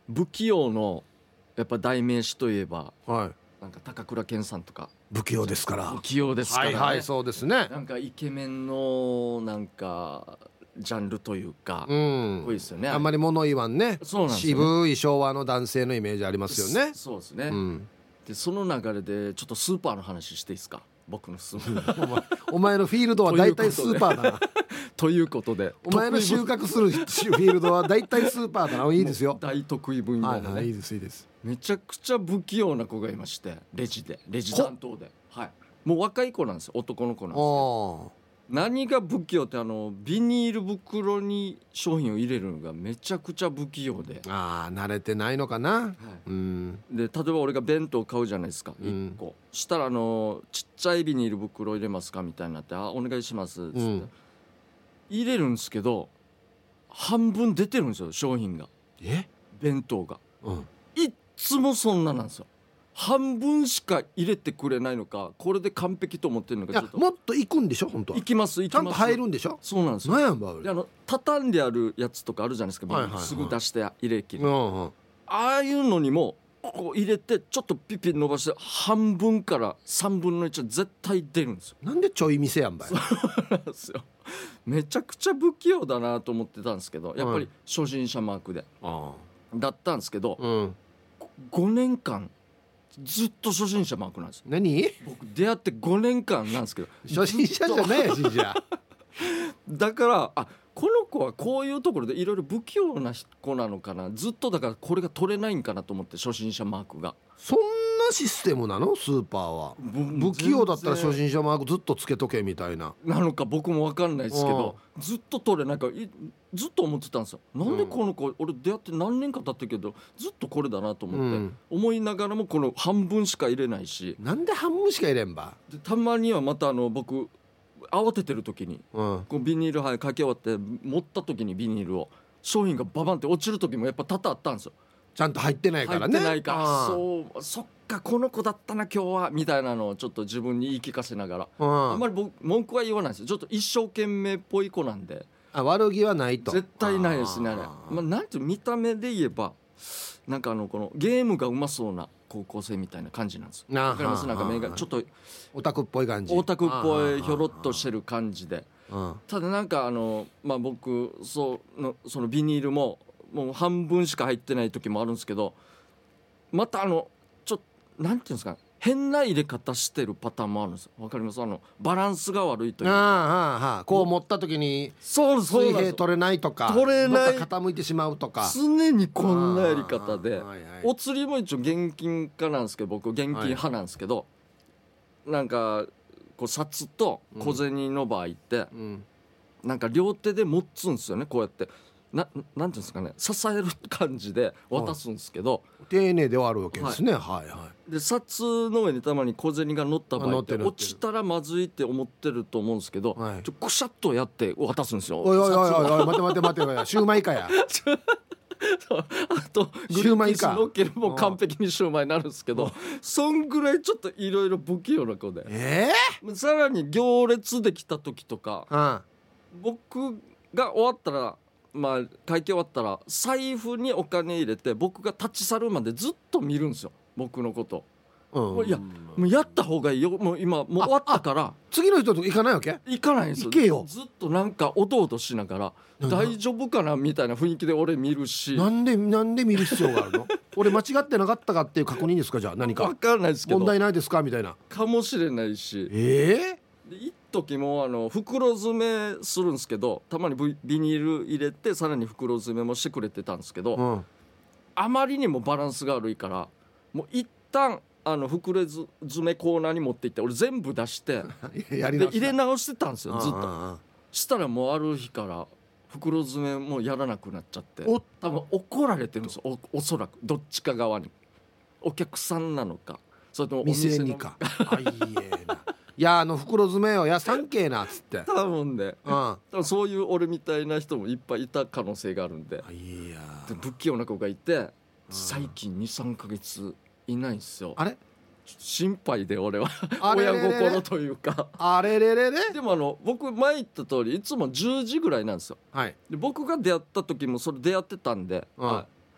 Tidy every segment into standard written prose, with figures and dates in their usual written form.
不器用のやっぱ代名詞といえば、 はい、 なんか高倉健さんとか不器用ですから。 不器用ですからね、 はいはい、そうですね。 なんかイケメンのなんかジャンルというか、 うん、 多いですよね。 あんまり物言わんね。 そうなんですよね、 渋い昭和の男性のイメージありますよね。 そうですね、 うん、 でその流れでちょっとスーパーの話していいですか。僕のスーパーお前のフィールドは大体スーパーだな。 ということでお前の収穫するフィールドは大体スーパーだな。いいですよ。 大得意分野で、ね、 はいはい、いいですいいです。 めちゃくちゃ不器用な子がいまして、レジ担当で、はい、もう若い子なんですよ、男の子なんですよ。何が不器用って、ビニール袋に商品を入れるのがめちゃくちゃ不器用で、 慣れてないのかな、はい、うん、 で例えば俺が弁当買うじゃないですか、1個したらちっちゃいビニール袋入れますかみたいになって、あ、お願いしますっつって、入れるんですけど半分出てるんですよ、商品が、弁当が、いっつもそんななんですよ。半分しか入れてくれないのか、これで完璧と思ってるのか。ちょっともっと行くんでしょ本当は。 行きますちゃんと入るんでしょ。 そうなんですよ。 なんやんばで畳んであるやつとかあるじゃないですか、すぐ出して入れ切る、ああいうのにもこう入れてちょっとピピ伸ばして半分から3分の1は絶対出るんですよ。 なんでちょい店やんばい。 そうなんですよ。めちゃくちゃ不器用だなと思ってたんですけど、やっぱり初心者マークで、だったんですけど、5年間ずっと初心者マークなんですよ。 何？ 僕出会って5年間なんですけど初心者じゃないやしじゃだからこの子はこういうところでいろいろ不器用な子なのかな、ずっとだからこれが取れないんかなと思って、初心者マークが。 そんなシステムなのスーパーは。不器用だったら初心者マークずっとつけとけみたいなのか僕も分かんないですけど、ずっと取れなんかずっと思ってたんですよ。なんでこの子、俺出会って何年か経ってるけどずっとこれだなと思って、思いながらもこの半分しか入れないし。 なんで半分しか入れんば。 でたまにはまた僕慌ててる時に、こうビニールかけ終わって持った時にビニールを商品がババンって落ちる時もやっぱ多々あったんですよ。 ちゃんと入ってないからね。 入ってないからそっかこの子だったな今日はみたいなのをちょっと自分に言い聞かせながら、あんまり文句は言わないですよ。ちょっと一生懸命っぽい子なんで。 悪気はないと。 絶対ないですねあれ。なんていう見た目で言えばなんかこのゲームがうまそうな高校生みたいな感じなんですよ。わかります？なんか目がちょっとオタクっぽい感じ。 オタクっぽいひょろっとしてる感じで、ただなんか僕そのビニールもう半分しか入ってない時もあるんですけど、またちょっとなんていうんですか、変な入れ方してるパターンもあるんですよ。わかります？バランスが悪いというか、 こう持った時に水平取れないとか、 取れない、 傾いてしまうとか、 常にこんなやり方で、お釣りも一応現金化なんですけど、僕現金派なんですけど、なんかこう札と小銭の場合って、なんか両手で持つんですよね、こうやってなんていうんですかね、支える感じで渡すんですけど、 丁寧ではあるわけですね。 で札の上にたまに小銭が乗った場合って落ちたらまずいって思ってると思うんですけど、くしゃっとやって渡すんですよ。 おい待てシューマイかやあとグリーンピースのっけるも完璧にシューマイになるんですけど、そんぐらいちょっといろいろ不器用な子で、さらに行列できた時とか、僕が終わったら会計終わったら財布にお金入れて僕が立ち去るまでずっと見るんですよ、僕のこと。いやもうやった方がいいよ、もう今もう終わったから。 次の人と行かないわけ？ 行かないんですよ。 行けよ。 ずっとなんかおどおどしながら大丈夫かなみたいな雰囲気で俺見るし。なんで見る必要があるの？俺間違ってなかったかっていう確認ですか？じゃあ何か分かんないですけど問題ないですかみたいなかもしれないし、一時も袋詰めするんですけど、たまにビニール入れてさらに袋詰めもしてくれてたんですけど、あまりにもバランスが悪いからもう一旦袋詰めコーナーに持って行って俺全部出してで入れ直してたんですよ、ずっと。したらもうある日から袋詰めもやらなくなっちゃって、多分怒られてるんですよ、おそらくどっちか側に。お客さんなのかそれともお店にかいや袋詰めよやさんけーなっつって多分ね、多分そういう俺みたいな人もいっぱいいた可能性があるんで、で不器用な子がいて最近 2,3 ヶ月いないんですよ。 あれ心配で俺は親心というかでも僕前言った通りいつも10時ぐらいなんですよ、で僕が出会った時もそれ出会ってたんで、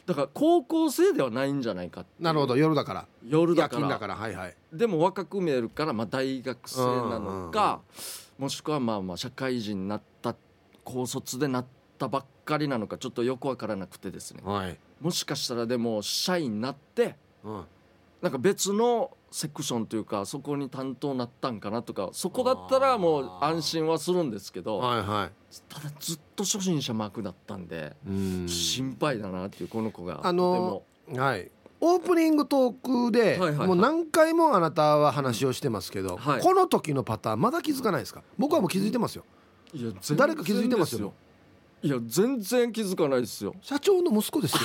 だから高校生ではないんじゃないかっていう。 なるほど、夜だから、 夜だから夜勤だから、はいはい。 でも若く見えるから、まあ、大学生なのか、もしくはまあまあ社会人になった、高卒でなったばっかりなのか、ちょっとよくわからなくてですね、 はい、 もしかしたらでも社員になって、 うん、 なんか別のセクションというか、そこに担当なったんかなとか、そこだったらもう安心はするんですけど、 はいはい、 ただずっと初心者マークだったんで、心配だなっていう、この子が。 はい、オープニングトークで、はいはいはい、もう何回もあなたは話をしてますけど、はい、この時のパターンまだ気づかないですか？僕はもう気づいてますよ。 いや、 誰か気づいてますよ。 いや、全然気づかないですよ。 社長の息子ですよ。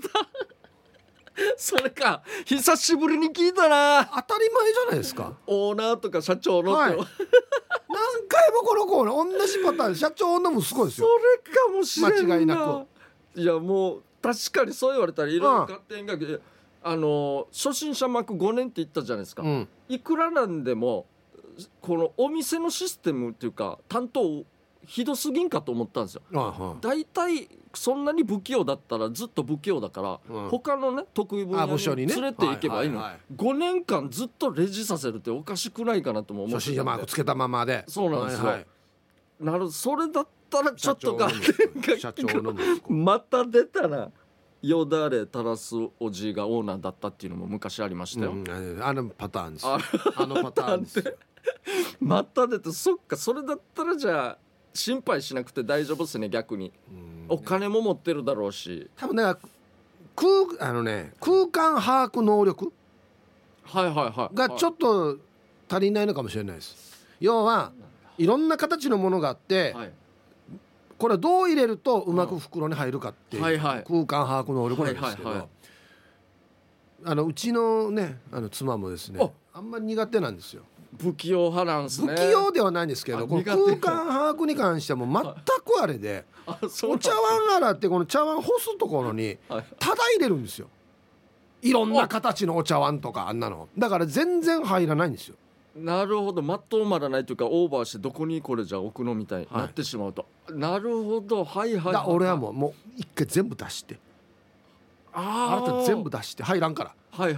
それか、久しぶりに聞いたな。 当たり前じゃないですか。 オーナーとか社長の、はい、 何回もこの子の同じパターン、社長の息子ですよ。 それかもしれんな。 間違いなく。 いや、もう確かにそう言われたらいろいろ勝手に書く、初心者マーク5年って言ったじゃないですか、いくらなんでもこのお店のシステムっていうか担当ひどすぎんかと思ったんですよ。だいたいそんなに不器用だったらずっと不器用だから、他のね得意分野に連れていけばいいの。5年間ずっとレジさせるっておかしくないかなとも思ってたんで、 初心者マークつけたままで。 そうなんですよ、なる、それだったらちょっと社長の息子また出たな。よだれ垂らすおじいがオーナーだったっていうのも昔ありましたよ、 あのパターンですよ。あのパターンですよ。 また出て、そっか、それだったらじゃあ心配しなくて大丈夫ですね。逆にお金も持ってるだろうし、 多分ね、空間把握能力がちょっと足りないのかもしれないです。要はいろんな形のものがあって、これはどう入れるとうまく袋に入るかっていう空間把握能力なんですけど、うちのね、妻もですね、あんまり苦手なんですよ。 不器用派なんですね。 不器用ではないんですけど、この空間把握に関してはもう全くあれで、お茶碗洗ってこの茶碗干すところにただ入れるんですよ。いろんな形のお茶碗とかあんなのだから全然入らないんですよ。 なるほど、まとまらないというかオーバーしてどこにこれじゃ置くのみたいになってしまうと、なるほど、はいはい、 だ俺はもう一回全部出して、あなた全部出して入らんから、はい、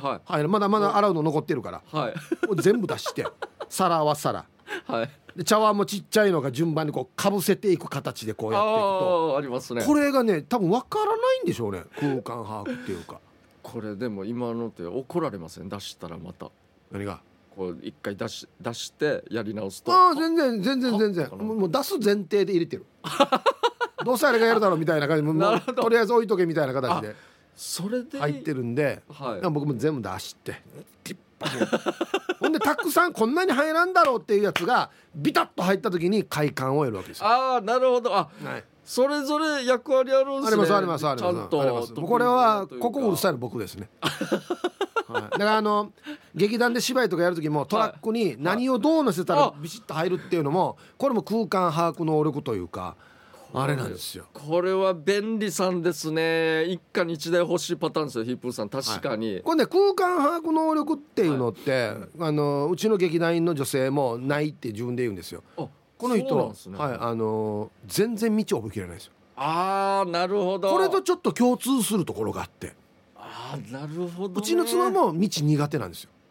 まだまだ洗うの残ってるから、全部出して皿は皿、で茶碗もちっちゃいのが順番にこうかぶせていく形でこうやっていくとありますね。 これがね多分分からないんでしょうね、空間把握っていうか。 これでも今のって怒られません？出したらまた何がこう一回出してやり直すと、 全然もう出す前提で入れてるどうせあれがやるだろうみたいな感じでとりあえず置いとけみたいな形でそれで入ってるんで、僕も全部出してほんでたくさんこんなに入らんだろうっていうやつがビタッと入った時に快感を得るわけですよ。 なるほど。それぞれ役割あるんですね。 ありますちゃんと。これはここうるさいの僕ですねだから劇団で芝居とかやる時もトラックに何をどう乗せたらビシッと入るっていうのもこれも空間把握能力というかあれなんですよ。 これは便利さんですね。一家に一台欲しいパターンですよ、ヒップーさん。確かに、 これね、空間把握能力っていうのって、うちの劇団員の女性もないって自分で言うんですよ。この人、全然道を覚えきれないですよ。 なるほど。 これとちょっと共通するところがあって、 なるほど、ね、 うちの妻も道苦手なんですよ。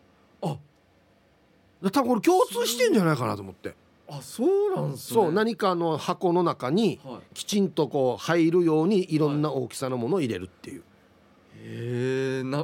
多分これ共通してんじゃないかなと思って。 そうなんですね。 そう、何かの箱の中にきちんとこう入るようにいろんな大きさのものを入れるっていう、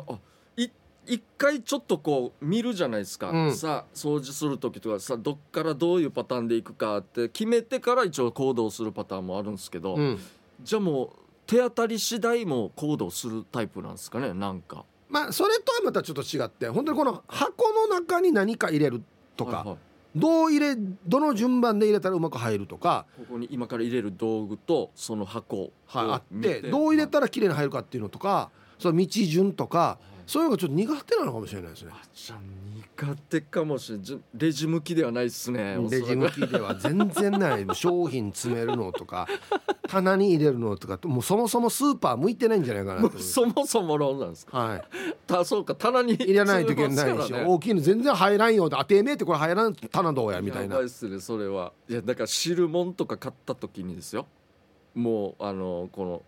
一回ちょっとこう見るじゃないですか、さあ掃除する時とかさ、どっからどういうパターンでいくかって決めてから一応行動するパターンもあるんですけど、じゃあもう手当たり次第も行動するタイプなんですかね。なんかそれとはまたちょっと違って、本当にこの箱の中に何か入れるとか、どの順番で入れたらうまく入るとか、 ここに今から入れる道具とその箱あって、どう入れたらきれいに入るかっていうのとか、その道順とか、そういうのがちょっと苦手なのかもしれないですね。 じゃあ苦手かもしれない。レジ向きではないですね。 レジ向きでは全然ない商品詰めるのとか棚に入れるのとか、もうそもそもスーパー向いてないんじゃないかなと。 そもそもなんですか。そうか、棚に入れないといけないし、大きいの全然入らんよ、当てめえってこれ入らん棚どうやみたいな。 やばいですね、それは。いやだから汁物とか買った時にですよ、もうこの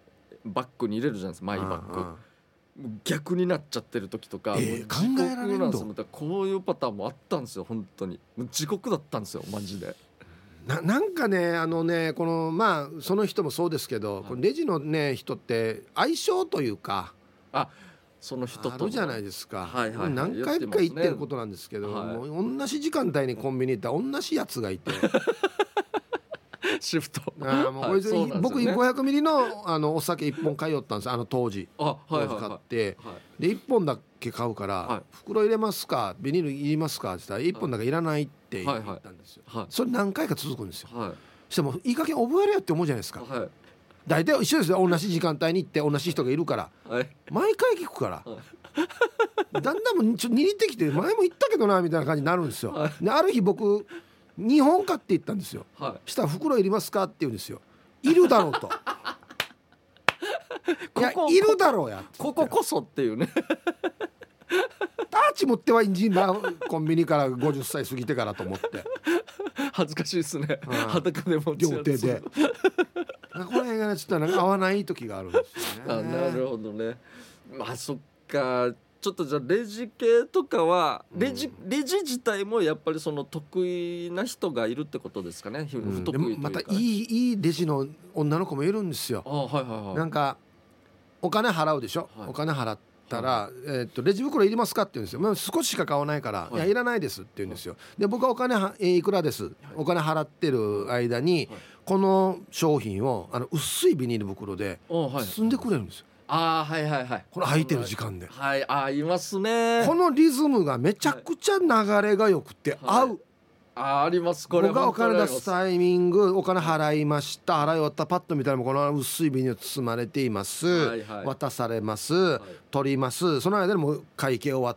バッグに入れるじゃないですか、マイバッグ、もう逆になっちゃってる時とか、もう考えられるの。 こういうパターンもあったんですよ本当に。もう地獄だったんですよマジで。 なんかねこのまあその人もそうですけど、このレジのね人って相性というか、 その人とあるじゃないですか、 はいはい、 何回か言ってることなんですけど、もう同じ時間帯にコンビニ行ったら同じやつがいてシフトもうこいつ、僕500ミリのお酒1本買いよったんです、当時買って、で1本だけ買うから、袋入れますかビニールいりますかって言ったら1本だけいらないって言ったんですよ、それ何回か続くんですよ、してもいい加減覚えるよって思うじゃないですか、大体一緒ですよ、同じ時間帯に行って同じ人がいるから、毎回聞くから、だんだんもうちょっと握ってきて前も言ったけどなみたいな感じになるんですよ、である日僕2本買って言ったんですよ、したら袋いりますかって言うんですよ。いるだろうといやいるだろうや、 こここそっていうねターチ持ってはいんじんな、コンビニから50歳過ぎてからと思って恥ずかしいですね、裸で持ち両手でこの辺がねちょっと合わない時があるんですよね。 なるほどね。まあそっか、ちょっとじゃあレジ系とかは、レジ自体もやっぱりその得意な人がいるってことですかね、不得意というか、ね、 またいいレジの女の子もいるんですよ。なんかお金払うでしょ、お金払ったら、レジ袋いりますかって言うんですよ、まあ、少ししか買わないから、いやいらないですって言うんですよ。で僕はお金いくらです、お金払ってる間に、この商品を薄いビニール袋で包んでくれるんですよ。この空いてる時間で、 いますね。 このリズムがめちゃくちゃ流れがよくて合う、 あります。これ僕がお金出すタイミング、お金払いました、払い終わったパッと見たらこの薄いビニール包まれています、渡されます、取ります、その間にもう会計終わって、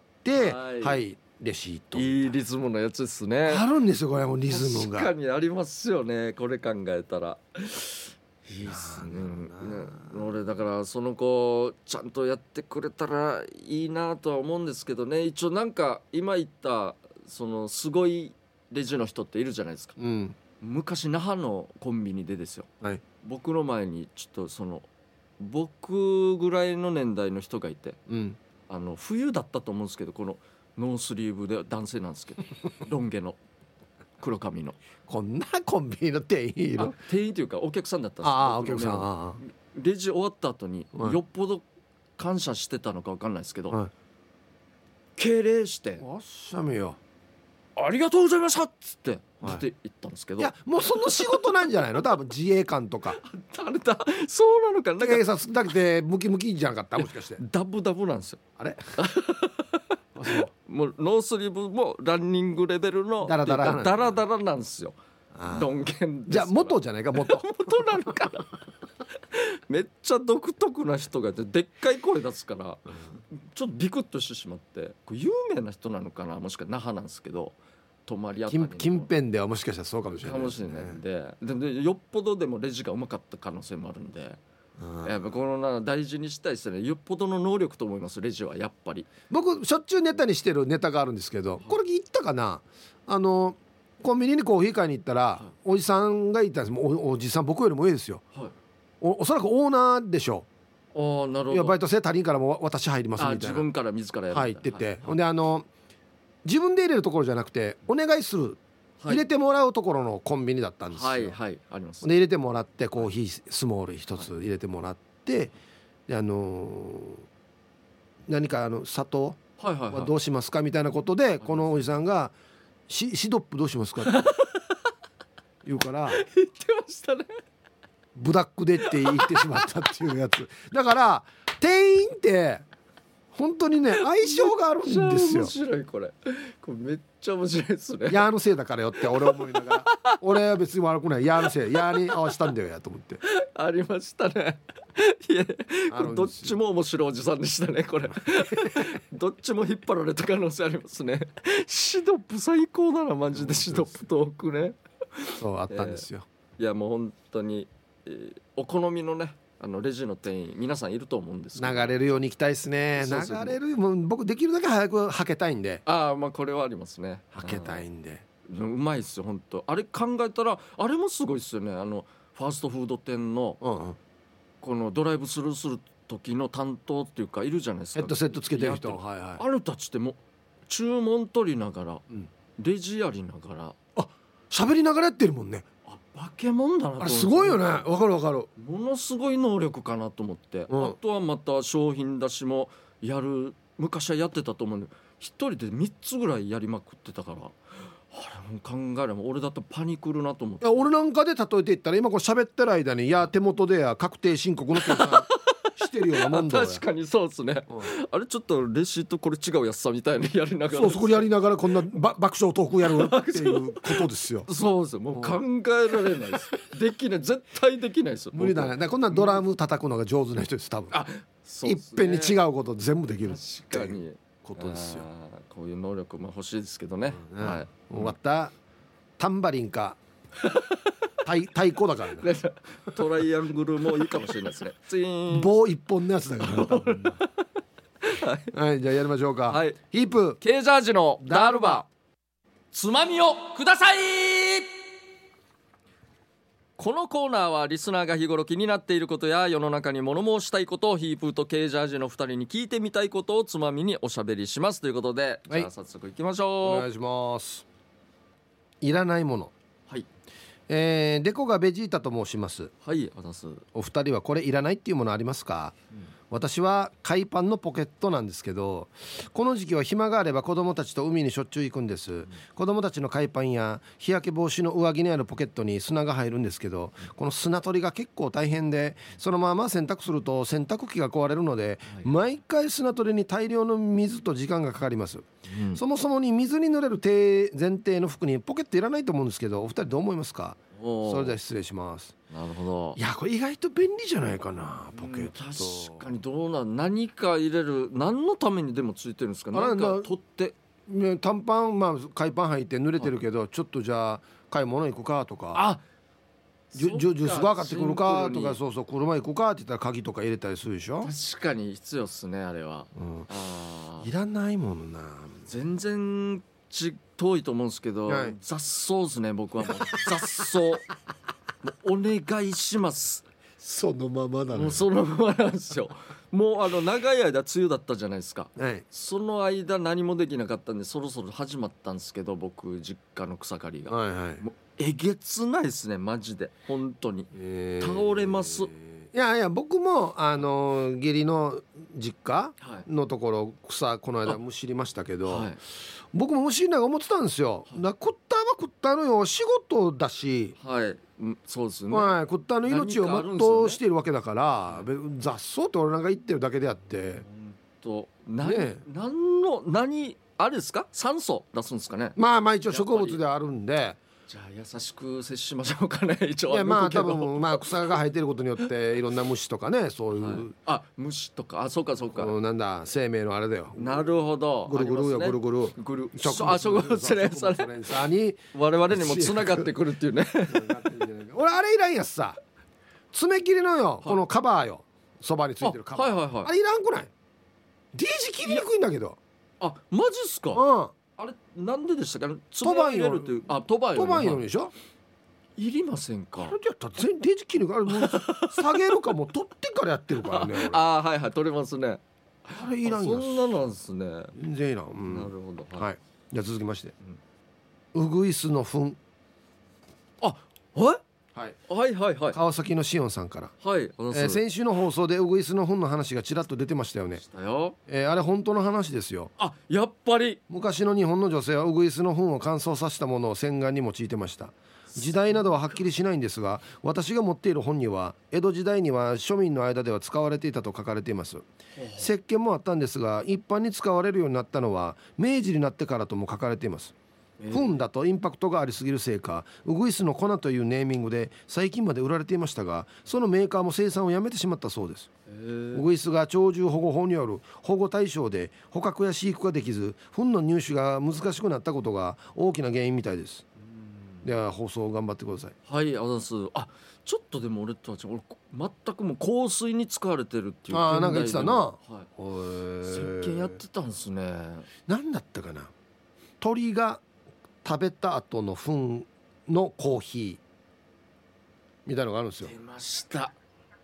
レシート。 いいリズムのやつですね。 あるんですよこれもリズムが。 確かにありますよね、これ考えたら。いいっすね。俺だからその子ちゃんとやってくれたらいいなとは思うんですけどね。一応なんか今言ったそのすごいレジの人っているじゃないですか、昔那覇のコンビニでですよ、僕の前にちょっとその僕ぐらいの年代の人がいて、冬だったと思うんですけど、このノースリーブで男性なんですけどロン毛の黒髪の、 こんなコンビニの店員いる？ 店員というかお客さんだったんですよ。お客さん。 レジ終わった後に、よっぽど感謝してたのか分かんないですけど、敬礼しておっしゃめよ、 ありがとうございましたっつって出て行ったんですけど、 いやもうその仕事なんじゃないの多分自衛官とかそうなのかな、 警察だけでムキムキじゃなかった、もしかしてダブダブなんですよ。 あれもうノースリーブもランニングレベルのダラダラなんですよ。ロン毛じゃあ元じゃないか、元なのかなめっちゃ独特な人がいて、でっかい声出すからちょっとビクッとしてしまって、これ有名な人なのかな、もしくは那覇なんですけど、泊まりあたりの近辺ではもしかしたらそうかもしれない、 かもしれないんで、よっぽどでもレジがうまかった可能性もあるんで、やっぱこの大事にしたいですね。よっぽどの能力と思います、レジはやっぱり。 僕しょっちゅうネタにしてるネタがあるんですけど、これ言ったかな、コンビニにコーヒー買いに行ったら、おじさんがいたんです。おじさん僕よりも上ですよ、おそらくオーナーでしょう。 なるほど。 いやバイト生足りんからもう私入りますみたいな、 自分から自らやる入ってて、ほんで自分で入れるところじゃなくてお願いする、入れてもらうところのコンビニだったんですよ。 あります。 で入れてもらって、コーヒースモール一つ入れてもらって、で何か砂糖はどうしますかみたいなことで、このおじさんがシドップどうしますかって言うから言ってましたね、 ブラックでって言ってしまったっていうやつだから、店員って本当にね相性があるんですよ。 面白い、これめっちゃ面白いですね。 ヤーのせいだからよって俺思いながら俺は別に悪くない、ヤーのせい、ヤーに合わせたんだよやと思ってありましたね。いやどっちも面白いおじさんでしたね、これどっちも引っ張られた可能性ありますね。シドップ最高だなマジで、シドップトークね。 そうあったんですよ、 いやもう本当に、お好みのねレジの店員皆さんいると思うんですけど、 流れるように行きたいですね。流れる、もう僕できるだけ早くはけたいんで。 まあこれはありますね、 はけたいんで。 うまいっすよ本当。あれ考えたらあれもすごいっすよね。ファーストフード店の、 このドライブスルーする時の担当っていうかいるじゃないですか、 ヘッドセットつけてる人、はいはい、 あのたちってもう注文取りながら、レジやりながら喋りながらやってるもんね。 化け物だなと思って。 すごいよね。わかるわかる。 ものすごい能力かなと思って、あとはまた商品出しもやる、昔はやってたと思うんで、一人で3つぐらいやりまくってたから、あれも考えれば俺だとパニクるなと思って。 俺なんかで例えていったら今こう喋ってる間に手元で確定申告の計算してるようなもんだよ。 確かにそうですね、あれちょっとレシートこれ違うやつさみたいにやりながら、 そこやりながらこんな爆笑トークやるっていうことですよ。 そうですよ、もう考えられないです、できない、絶対できないですよ。 無理だね。だからこんなドラム叩くのが上手な人です多分。いっぺんに違うこと全部できる。 確かにことですよ。 こういう能力も欲しいですけどね、はい、 終わったタンバリンか太鼓だからね。 トライアングルもいいかもしれないですね。ツイーン棒一本のやつだからはい、じゃあやりましょうか、はい、ヒープケージャージのダールバーつまみをください。このコーナーはリスナーが日頃気になっていることや世の中に物申したいことをヒープーとケージャージの2人に聞いてみたいことをつまみにおしゃべりしますということで、はい、じゃあ早速いきましょう。 お願いします。いらないもの。 はい、 デコがベジータと申します。 はい、あざす。 お二人はこれいらないっていうものありますか？私は海パンのポケットなんですけど、この時期は暇があれば子供たちと海にしょっちゅう行くんです、子供たちの海パンや日焼け防止の上着にあるポケットに砂が入るんですけど、この砂取りが結構大変で、そのまま洗濯すると洗濯機が壊れるので、毎回砂取りに大量の水と時間がかかります、そもそもに水に濡れる前提の服にポケットいらないと思うんですけど、お二人どう思いますか？それでは失礼します。 なるほど。 いや、これ意外と便利じゃないかな、ポケット。 確かにどうなん、何か入れる、何のためにでもついてるんですか？なんか取って短パン、海パン履いて濡れてるけど、ちょっとじゃあ買い物行くかとか、ジュースバー買ってくるかとか、そうそう、車行くかって言ったら鍵とか入れたりするでしょ。 確かに必要っすね、あれは、 いらないものな。 全然遠いと思うんですけど、雑草ですね。僕はもう雑草もうお願いします。 そのままだね。 もうそのままなんですよ。もう長い間梅雨だったじゃないですか、その間何もできなかったんで、そろそろ始まったんですけど、僕実家の草刈りが、もうえげつないですね、マジで本当に、倒れます。 いやいや、僕も義理の実家のところ草この間むしりましたけど、僕もむしりながら思ってたんですよ。食ったは食ったのよ、仕事だし、 そうですね、 食ったの命を全うしているわけだから、雑草って俺なんか言ってるだけであって、 何あれですか、酸素出すんですかね。 一応植物であるんで、 じゃあ優しく接しましょうかね。一応多分草が生えてることによっていろんな虫とかね、そういう、 虫とか、そうかそうか、 なんだ生命のあれだよ。 なるほど、 ぐるぐるよ、ぐるぐる植物連鎖に我々にもつながってくるっていうね俺あれいらんやつさ、爪切りのよ、このカバーよ、そばについてるカバー、あれいらんくない？ D 字切りにくいんだけど。 マジっすか？あれなんででしたっけ？ トバンよりトバンよりでしょ。 いりませんか？ あれやったら全デジ切るからもう下げるかも取ってからやってるからね取れますね。 あれいらんやそんななんですね。 全然いらん、 なるほど。 じゃあ続きまして、ウグイスの糞。川崎のしおんさんから、先週の放送でウグイスの糞の話がちらっと出てましたよね。あれ本当の話ですよ。 やっぱり昔の日本の女性はウグイスの糞を乾燥させたものを洗顔に用いてました。時代などははっきりしないんですが、私が持っている本には江戸時代には庶民の間では使われていたと書かれています。石鹸もあったんですが、一般に使われるようになったのは明治になってからとも書かれています。糞だとインパクトがありすぎるせいか、ウグイスの粉というネーミングで最近まで売られていましたが、そのメーカーも生産をやめてしまったそうです。ウグイスが鳥獣保護法による保護対象で捕獲や飼育ができず、糞の入手が難しくなったことが大きな原因みたいです。では放送頑張ってください。 ちょっとでも俺とは全くもう香水に使われてるっていう。 なんか言ってたな。 石鹸やってたんですね。 なんだったかな、鳥が食べた後の糞のコーヒーみたいなのがあるんですよ。 出ました。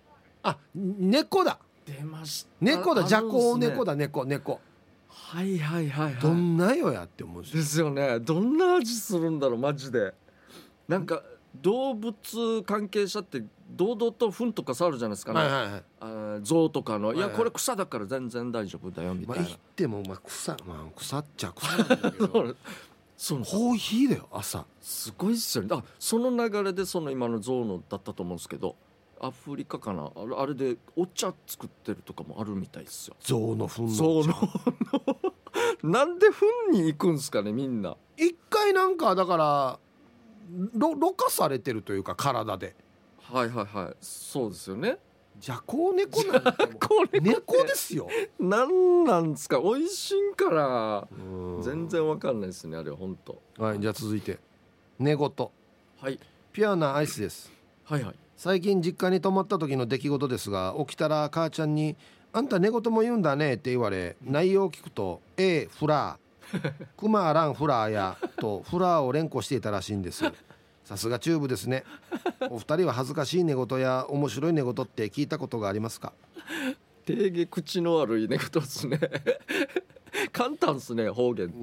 あ、猫だ。 出ました。 猫だ、邪行猫だ、猫。 はいはいはい、はい、 どんなよやって思うんですよね。どんな味するんだろうマジで。なんか動物関係者って堂々と糞とか触るじゃないですかね、 はいはいはい、 象とかの、 はいはい、 いやこれ草だから全然大丈夫だよみたいな、 言っても草っちゃ草なんだけどそうコーヒーだよ朝。 すごいっすよね。だからその流れでその今の象のだったと思うんですけど、アフリカかな、あれでお茶作ってるとかもあるみたいですよ。 象の糞の象のなんで糞に行くんすかねみんな。 一回なんかだからろ過されてるというか体で。 はいはいはい、そうですよね。 邪行猫なんて猫ですよ。 なんなんですか、美味しいんから全然わかんないですねあれは本当。 はい、じゃあ続いて寝言。 はい、 ピュアなアイスです。 はいはい。 最近実家に泊まった時の出来事ですが、起きたら母ちゃんにあんた寝言も言うんだねって言われ、内容を聞くとフラークマーランフラーやとフラーを連呼していたらしいんです。さすがチューブですね。お二人は恥ずかしい寝言や面白い寝言って聞いたことがありますか？ 定義口の悪い寝言ですね簡単ですね方言って。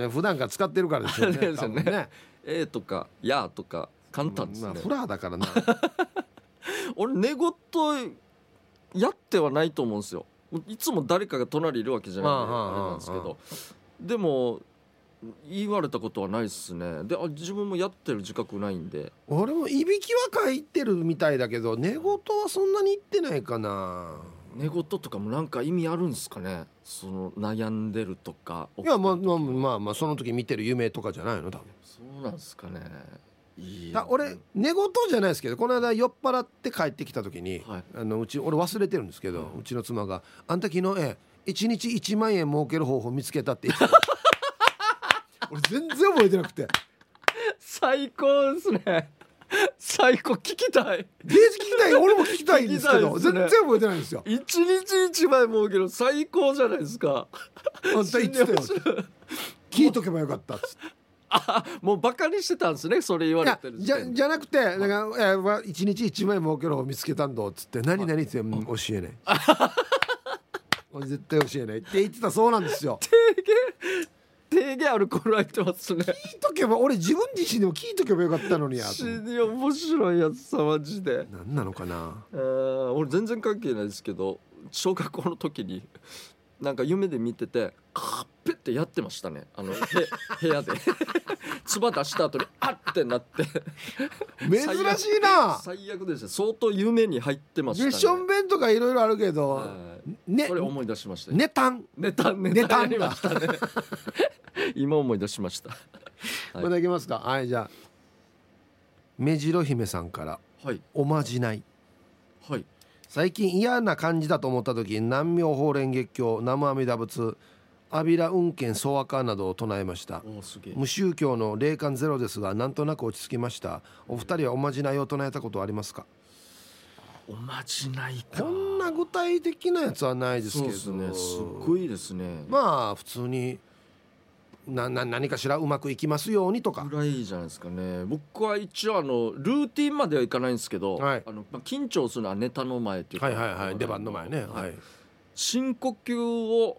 普段から使ってるからですよねですよね。とかやとか簡単ですね、 フラーだからな俺寝言やってはないと思うんですよ。いつも誰かが隣いるわけじゃないんであれなんですけど、でも言われたことはないですね。で、自分もやってる自覚ないんで。 俺もいびきは書いてるみたいだけど寝言はそんなに言ってないかな。 寝言とかもなんか意味あるんですかね、その悩んでるとか。 いやまあその時見てる夢とかじゃないの多分。 そうなんですかね。 俺寝言じゃないですけど、この間酔っ払って帰ってきた時に、 はい、 俺忘れてるんですけど、うちの妻があんた昨日1日1万円儲ける方法見つけたって言って俺全然覚えてなくて。 最高ですね。最高、聞きたい。 デージ聞きたい。俺も聞きたいんですけど、全然覚えてないんですよ。 1日1万円儲ける最高じゃないですか。 あんた言ってたよ聞いとけばよかったっつってもうバカにしてたんですね、それ言われてるじゃなくて、なんか1日1万円儲ける方見つけたんだっつって、何々って教えない俺絶対教えないって言ってたそうなんですよ。 定義アルコール入ってますね。 聞いとけば、俺自分自身でも聞いとけばよかったのにや。 面白いやつさマジで。 何なのかな。 俺全然関係ないですけど、小学校の時になんか夢で見ててカッペってやってましたね、部屋で唾出した後にあってなって珍しいな。 最悪ですね。相当夢に入ってましたね。 ションベンとかいろいろあるけど、 これ思い出しました。 ネタンやりましたね今思い出しました、 まだいきますか。はい、じゃあ目白姫さんから、 はい、 おまじない。 はい、 最近嫌な感じだと思った時、南無法蓮月経、南無阿弥陀仏、阿弥陀運慶総和歌などを唱えました。無宗教の霊感ゼロですが、なんとなく落ち着きました。お二人はおまじないを唱えたことはありますか？ おまじないか、 こんな具体的なやつはないですけど。 そうですね、すごいですね。 まあ普通に何かしらうまくいきますようにとかぐらいじゃないですかね。僕は一応ルーティンまではいかないんですけど、 はい、 緊張するのはネタの前っていうか、 出番の前ね、はい、 深呼吸を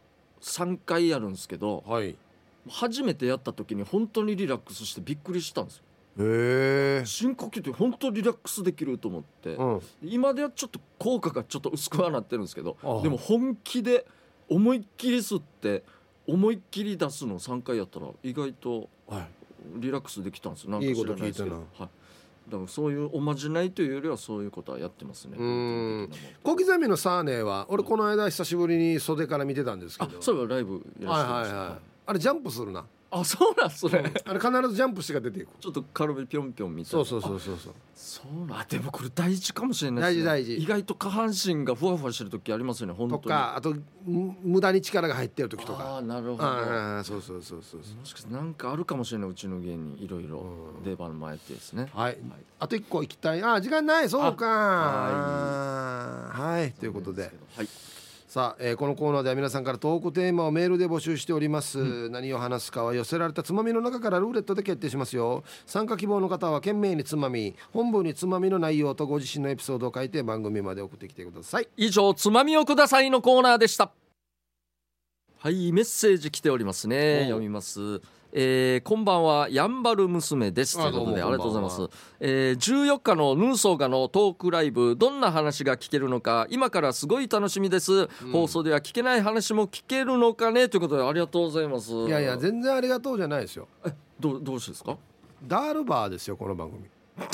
3回やるんですけど、 はい、 初めてやった時に本当にリラックスしてびっくりしたんですよ。深呼吸って本当にリラックスできると思って、今ではちょっと効果がちょっと薄くはなってるんですけど、でも本気で思いっきり吸って思いっきり出すの3回やったら意外とリラックスできたんですよ。なんか知らないですけど、だからそういうおまじないというよりはそういうことはやってますね。 小刻みのサーネーは俺この間久しぶりに袖から見てたんですけど、 そういえばライブやらせてました。 あれジャンプするな。 そうなんすね。 あれ必ずジャンプしてが出ていく。 ちょっと軽めピョンピョンみたいな。そうなん。でもこれ大事かもしれないですね。 大事。 意外と下半身がふわふわしてる時ありますよね、本当に。 とか、あと無駄に力が入ってる時とか。 なるほど。 そう。もしかしてなんかあるかもしれない、うちの芸人いろいろ出番前ってですね。 はい。あと1個行きたい。時間ない。そうか。はい。ということで。 はい。 さあ、このコーナーでは皆さんからトークテーマをメールで募集しております、何を話すかは寄せられたつまみの中からルーレットで決定しますよ。参加希望の方は懸命につまみ、本文につまみの内容とご自身のエピソードを書いて番組まで送ってきてください。 以上、つまみをくださいのコーナーでした。はい、メッセージ来ておりますね。読みます。こんばんは、やんばる娘ですということで、ありがとうございます。14日のヌーソーガのトークライブ、どんな話が聞けるのか今からすごい楽しみです、放送では聞けない話も聞けるのかねということで、ありがとうございます。 いやいや、全然ありがとうじゃないですよ。 どうしてですか。 ダールバーですよ、この番組。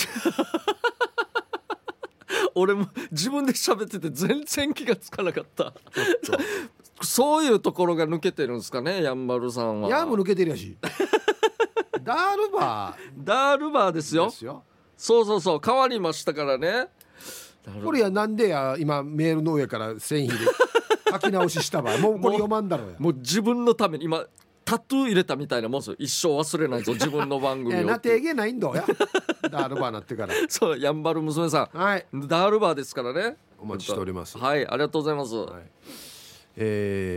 俺も自分で喋ってて全然気がつかなかったそういうところが抜けてるんですかね、やんばるさんは。 やも抜けてるやしダールバーですよ。そう変わりましたからね。 これや、なんでや今メールの上から線引で書き直しした場合もうこれ読まんだろうや。 もう自分のために今タトゥー入れたみたいなもんですよ。一生忘れないぞ自分の番組をなてげないんだよダールバーなってからそう、やんばる娘さん、 はい、 ダールバーですからね。 お待ちしております。 はい、ありがとうございます、 はい、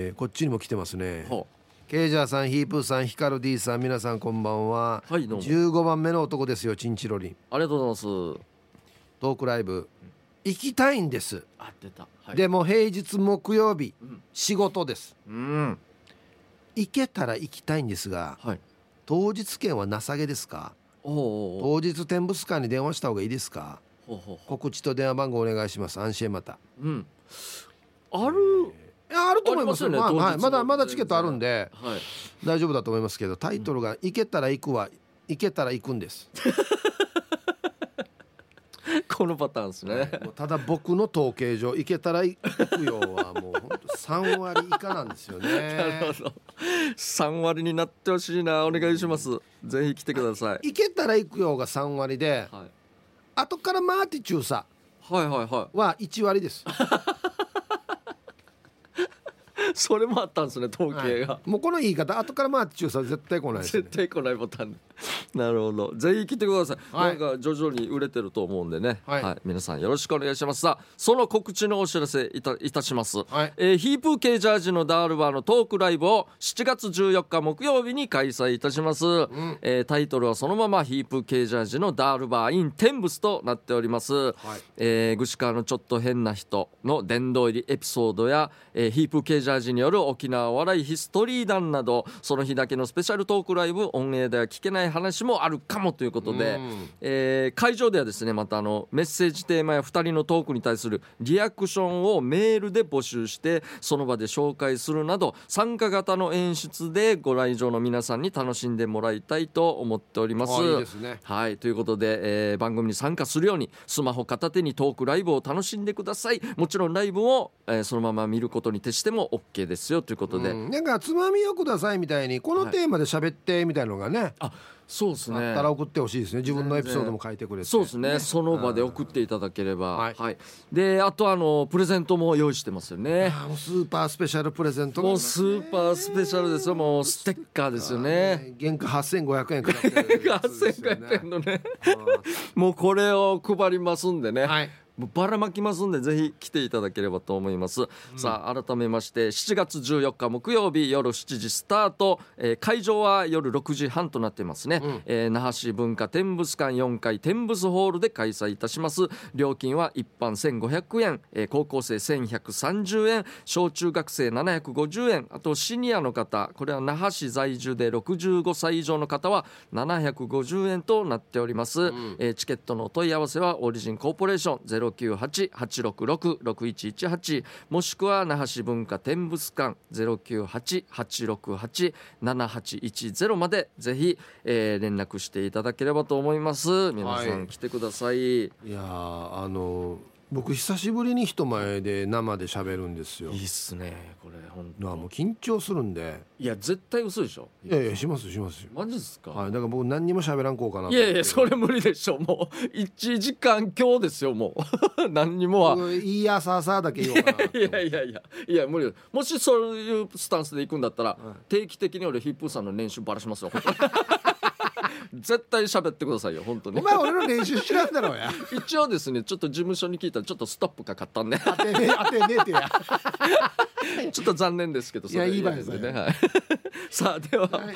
こっちにも来てますね。ケイジャーさん、ヒープーさん、ヒカル D さん、皆さんこんばんは。 はい、どうも。 15番目の男ですよ、チンチロリン。 ありがとうございます。 トークライブ行きたいんです。 出た、はい、 でも平日木曜日、仕事です。行けたら行きたいんですが、はい、当日券は情けですか。当日展物館に電話した方がいいですか。告知と電話番号お願いします。安心また。あると思いますよね。まだチケットあるんで、大丈夫だと思いますけど、タイトルが行けたら行くは行けたら行くんですこのパターンですね。 ただ僕の統計上、行けたら行くよはもう本当3割以下なんですよねなるほど、3割になってほしいな。お願いします。ぜひ来てください。 行けたら行くよが3割で、後からマーティ中佐は1割ですそれもあったんですね、統計が、 もうこの言い方、後からマーティ中佐は絶対来ないですね。 絶対来ないパターンなるほど、ぜひ来てください、なんか徐々に売れてると思うんでね、皆さんよろしくお願いします。さあ、その告知のお知らせいたします、ヒープー系ジャージのダールバーのトークライブを7月14日木曜日に開催いたします、タイトルはそのままヒープー系ジャージのダールバー in テンブスとなっております、ぐし川のちょっと変な人の殿堂入りエピソードや、ヒープー系ジャージによる沖縄笑いヒストリー談など、その日だけのスペシャルトークライブ、オンエアでは聞けない話もあるかもということで、会場ではですね、またメッセージテーマや2人のトークに対するリアクションをメールで募集して、その場で紹介するなど、参加型の演出でご来場の皆さんに楽しんでもらいたいと思っております。 いいですね。 はい、ということで、番組に参加するようにスマホ片手にトークライブを楽しんでください。もちろんライブを、そのまま見ることに徹しても OK ですよということで、 なんかつまみをくださいみたいに、このテーマで喋ってみたいなのがね、 そうですね、 あったら送ってほしいですね。自分のエピソードも書いてくれて、 そうですね、その場で送っていただければ、で、あとプレゼントも用意してますよね。 もうスーパースペシャルプレゼント、 もうスーパースペシャルですよ。もうステッカーですよね。 原価8500円かかってるやつですよね 8500円のねもうこれを配りますんでね、もうばらまきますんで、ぜひ来ていただければと思います、さあ改めまして、7月14日木曜日夜7時スタート、会場は夜6時半となっていますね、那覇市文化展物館4階展物ホールで開催いたします。料金は一般1500円、高校生1130円、小中学生750円、あとシニアの方、これは那覇市在住で65歳以上の方は750円となっております、チケットのお問い合わせはオリジンコーポレーション 098-866-6118 もしくは那覇市文化展物館 098-868-7810 までぜひ、連絡していただければと思います。皆さん来てください。 いや僕久しぶりに人前で生で喋るんですよ。 いいっすねこれ。本当もう緊張するんで。 いや絶対嘘でしょ。 いやしますマジですか。 だから僕何にも喋らんこうかなと。 いやそれ無理でしょ。もう1時間今日ですよ。もう何にもはいやさだけ言おうかな。 いや無理。もしそういうスタンスで行くんだったら、定期的に俺ヒップーさんの練習バラしますよ絶対喋ってくださいよ本当に。 お前俺の練習知らんだろうや一応ですね、ちょっと事務所に聞いたらちょっとストップかかったんで当てねえってやちょっと残念ですけど、 いやいい場合ですね、はい、さあでは、はい、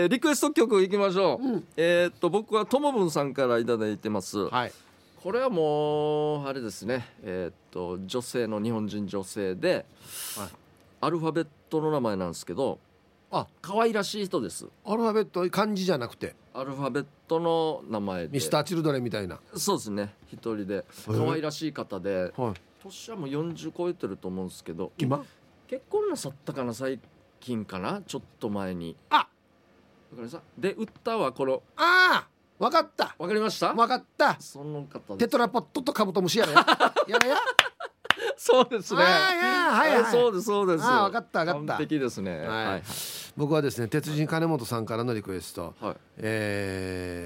リクエスト曲いきましょう、僕はともぶんさんからいただいてます、はい、これはもうあれですね、女性の日本人女性で、はい、アルファベットの名前なんですけど、可愛らしい人です。 アルファベット漢字じゃなくてアルファベットの名前でミスターチルドレンみたいな。 そうですね、一人で可愛らしい方で、年はもう40超えてると思うんですけど、 今結婚なさったかな、最近かな、ちょっと前に。で歌はこの分かった、 分かりました、 分かった、 その方です。 テトラポットとカブトムシやれやれやそうですね、そうですそうです、 分かった分かった、 完璧ですね、はい、 僕はですね、鉄人金本さんからのリクエスト、はい、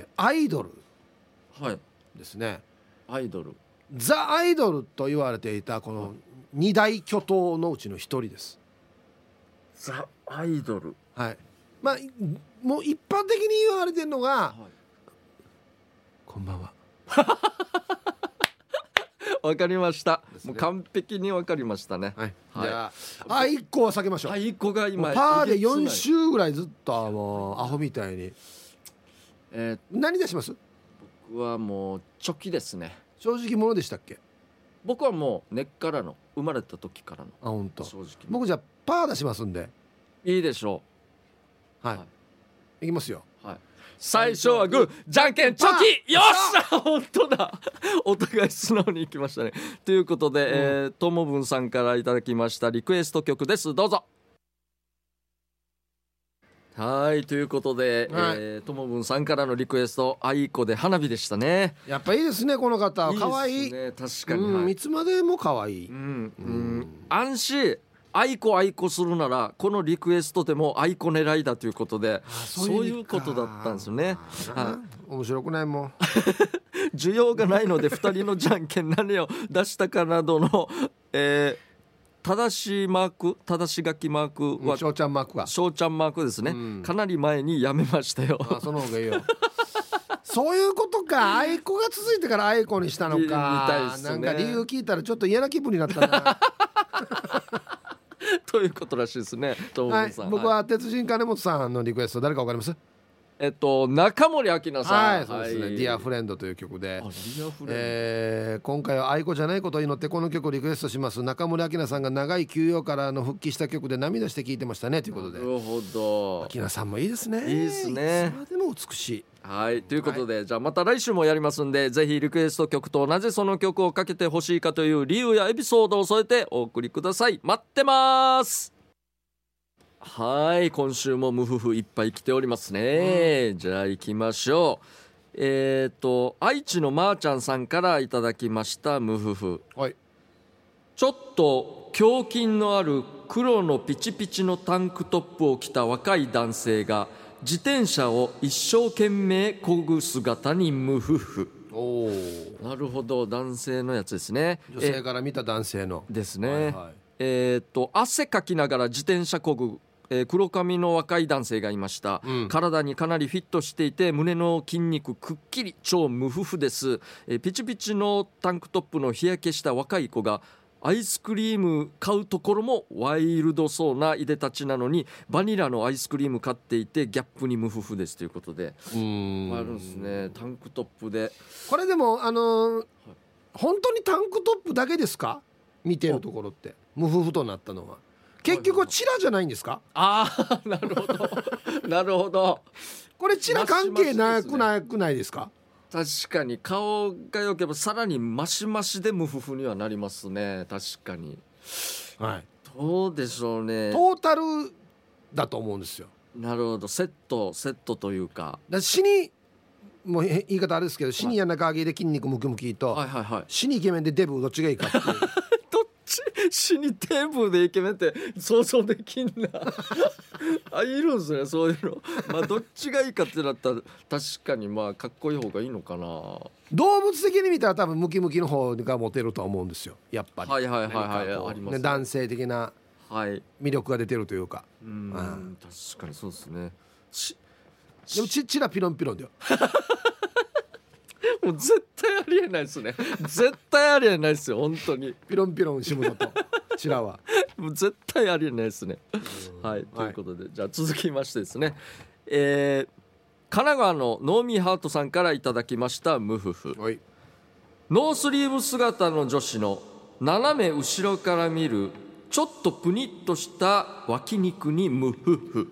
アイドルですね、 アイドル、 ザ・アイドルと言われていたこの二大巨頭のうちの一人です。 ザ・アイドル、 はい、まあもう一般的に言われてるのが、はい、こんばんはわかりました、もう完璧にわかりましたね、はい、 じゃあ1個は避けましょう。 1個が今パーで4週ぐらいずっともうアホみたいに、何出します？ 僕はもうチョキですね。 正直者でしたっけ？ 僕はもう根っからの生まれた時からの。 本当。 正直。 僕じゃあパー出しますんで。 いいでしょう。はい。いきますよ。 はい。最初はグー、じゃんけんチョキ、よっしゃ、本当だ。お互い素直にいきましたね。ということで、ともぶんさんからいただきましたリクエスト曲です。どうぞ。はい、ということで、ともぶんさんからのリクエスト、あいこで花火でしたね。 やっぱいいですね、この方。可愛い。 確かに、 いつまでも可愛い。 安心。あいこするならこのリクエストでもあいこ狙いだということで、そういうことだったんですよね。 面白くないもん需要がないので2人のじゃんけん何を出したかなどの、正し書きマークは翔ちゃんマークが翔ちゃんマークですね、かなり前にやめましたよ。 その方がいいよそういうことか、あいこが続いてからあいこにしたのか、なんか理由聞いたらちょっと嫌な気分になったなということらしいですね。 はい、僕は鉄人金本さんのリクエスト誰かわかります？ 中森明菜さん、 はい、そうですね、ディアフレンドという曲で、今回は愛子じゃないことを祈ってこの曲をリクエストします。中森明菜さんが長い休養からの復帰した曲で涙して聴いてましたねということで。 なるほど、 明菜さんもいいですね。 いいですね、 いつまでも美しい。 はい、ということで、じゃあまた来週もやりますんで、ぜひリクエスト曲となぜその曲をかけてほしいかという理由やエピソードを添えてお送りください。待ってます。はい、今週もムフフいっぱい来ておりますね、じゃあ行きましょう。愛知のまーちゃんさんからいただきましたムフフ、はい、ちょっと胸筋のある黒のピチピチのタンクトップを着た若い男性が自転車を一生懸命漕ぐ姿にムフフ。なるほど、男性のやつですね。 女性から見た男性のですね、汗かきながら自転車漕ぐ黒髪の若い男性がいました、体にかなりフィットしていて胸の筋肉くっきり、超無夫婦です。ピチピチのタンクトップの日焼けした若い子がアイスクリーム買うところもワイルドそうないでたちなのにバニラのアイスクリーム買っていてギャップに無夫婦ですということで、あるんですね、タンクトップで。 これでも本当にタンクトップだけですか？見てるところって無夫婦となったのは結局チラじゃないんですか？ ああ、なるほどなるほど。 これチラ関係なくないですか？ 確かに顔が良ければさらにマシマシで無夫婦にはなりますね。確かに、 はい、 どうでしょうね。 トータルだと思うんですよ。 なるほど、セットというか、 死にもう言い方あれですけど、死にやなかげで筋肉ムキムキと、死にイケメンでデブどっちがいいかっていうどっち死にテーブルでイケメンって想像できんなあ、いるんですね、そういうの。まあどっちがいいかってなったら確かにまあかっこいい方がいいのかな。 動物的に見たら多分ムキムキの方がモテるとは思うんですよ、やっぱり。 はいありますね、 男性的な魅力が出てるというか、 確かにそうですね。 でもチラピロンピロンだよもう絶対ありえないですね絶対ありえないですよ、本当に。 ピロンピロンしむのとチラはもう絶対ありえないですね。はい、ということで、じゃあ続きましてですね、神奈川のノーミーハートさんからいただきましたムフフ。ノースリーブ姿の女子の斜め後ろから見るちょっとプニッとした脇肉にムフフ。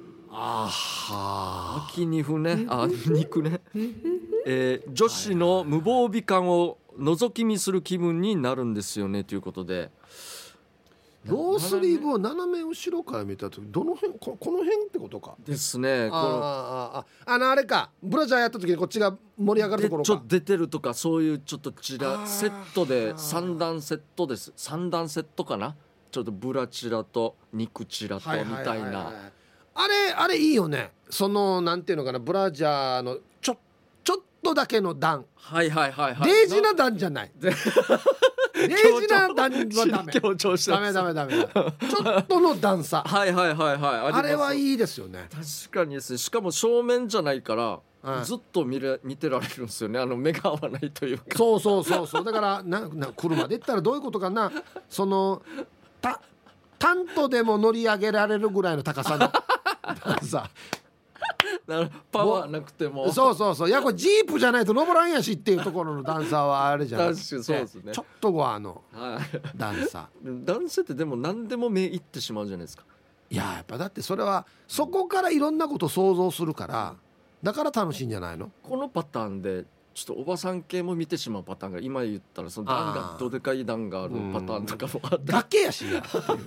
脇肉ね、肉ね、女子の無防備感を覗き見する気分になるんですよね、ということで、 ノースリーブを斜め後ろから見た時どの辺、この辺ってことかですね。 あれか、ブラジャーやった時にこっちが盛り上がるところか、 ちょっと出てるとか、そういうちょっとセットで3段セットです。3段セットかな、ちょっとブラチラと肉チラとみたいな、 あれいいよね。そのなんていうのかな、ブラジャーのちょっとだけの段、デージな段じゃないデージな段はダメ、 強調してます。 ダメちょっとの段差あれはいいですよね。 確かにですね。しかも正面じゃないから、ずっと見てられるんですよね。目が合わないというか。 そうだから車で言ったらどういうことかな、そのタントでも乗り上げられるぐらいの高さの段差パワーなくても、 そういや、これジープじゃないと登らんやしっていうところの段差はあれじゃない。 確かにそうですね。 ちょっと段差男性ってでも何でも目いってしまうじゃないですか。 やっぱだってそれはそこからいろんなこと想像するから、だから楽しいんじゃないの。 このパターンでちょっとおばさん系も見てしまうパターンが、今言ったらその段がどでかい段があるパターンとかもあって、 崖やしや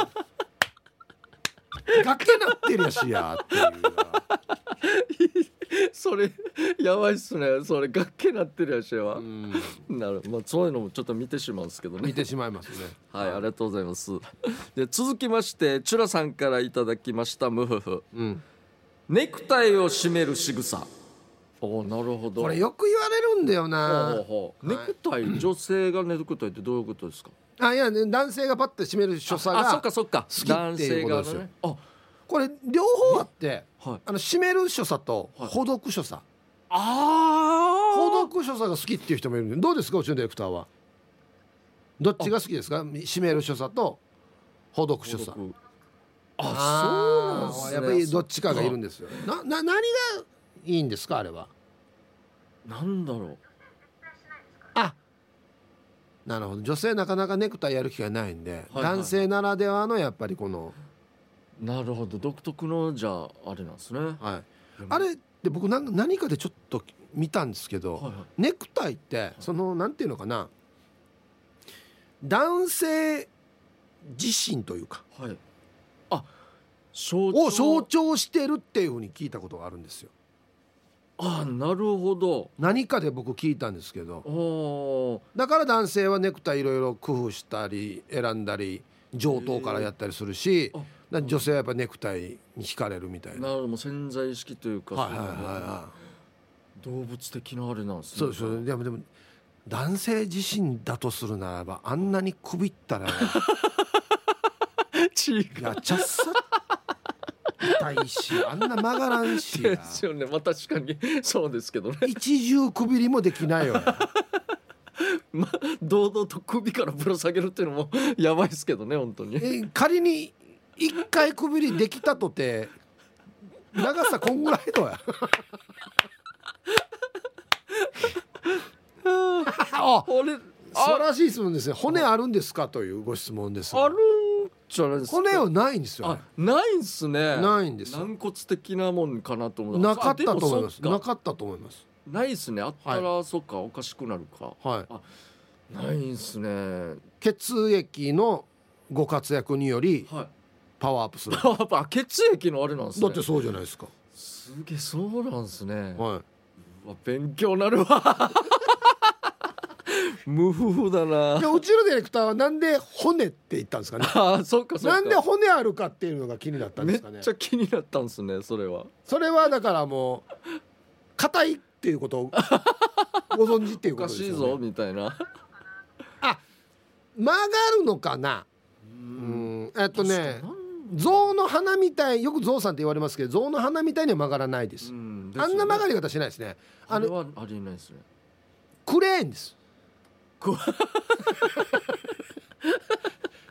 崖なってるやしやっていうそれやばいっすね。それ崖なってるやしは、そういうのもちょっと見てしまうんですけどね。 見てしまいますね。 はい、ありがとうございます。で続きましてチュラさんからいただきましたムフフ、ネクタイを締める仕草。なるほど。 これよく言われるんだよな。 ネクタイ、女性がネクタイってどういうことですか。 いや、男性がパッて締める所作がそっか好きっていうことですよ。これ両方あって、締める所作とほどく所作、ほどく所作が好きっていう人もいるんで、どうですか、うちのディレクターはどっちが好きですか。締める所作とほどく所作。 そうなんですね。 やっぱりどっちかがいるんですよ。何がいいんですか、あれは。 なんだろう。 なるほど。女性なかなかネクタイやる機会ないんで、男性ならではのやっぱりこの、 なるほど、独特のじゃああれなんですね。 あれで僕何かでちょっと見たんですけど、ネクタイってそのなんていうのかな、男性自身というか、象徴してるっていうふうに聞いたことがあるんですよ。 なるほど。 何かで僕聞いたんですけど、だから男性はネクタイいろいろ工夫したり選んだり上等からやったりするし、女性はやっぱネクタイに惹かれるみたいな。 なるほど、もう潜在意識というか、動物的なあれなんですね。 そうでも男性自身だとするならば、あんなにくびったらいやちゃっさ痛いし、あんな曲がらんしですよね。確かにそうですけどね。 一重くびりもできないよ堂々と首からぶら下げるっていうのもやばいですけどね、本当に。 仮に一回くびりできたとて長さこんぐらいとや素晴らしい質問ですね。骨あるんですかというご質問です。 あるんじゃないですか。 骨はないんですよ。 ないんすね。 ないんです。 軟骨的なもんかなと思う。 なかったと思います。なかったと思います。 ないっすね。あったら、そっか、おかしくなるか。ないんすね。 血液のご活躍によりパワーアップする。 血液のあれなんですね。 だってそうじゃないですか。 すげえ、そうなんですね。勉強なるわ無夫婦だな。 うちのディレクターはなんで骨って言ったんですかね。 そうか。 なんで骨あるかっていうのが気になったんですかね。 めっちゃ気になったんですね。それはだからもう硬いっていうことをご存知っていうことですよね。 おかしいぞみたいな。 曲がるのかな。象の鼻みたい、よく象さんって言われますけど、象の鼻みたいには曲がらないです。あんな曲がり方しないですね。 あれはありえないですね。 クレーンです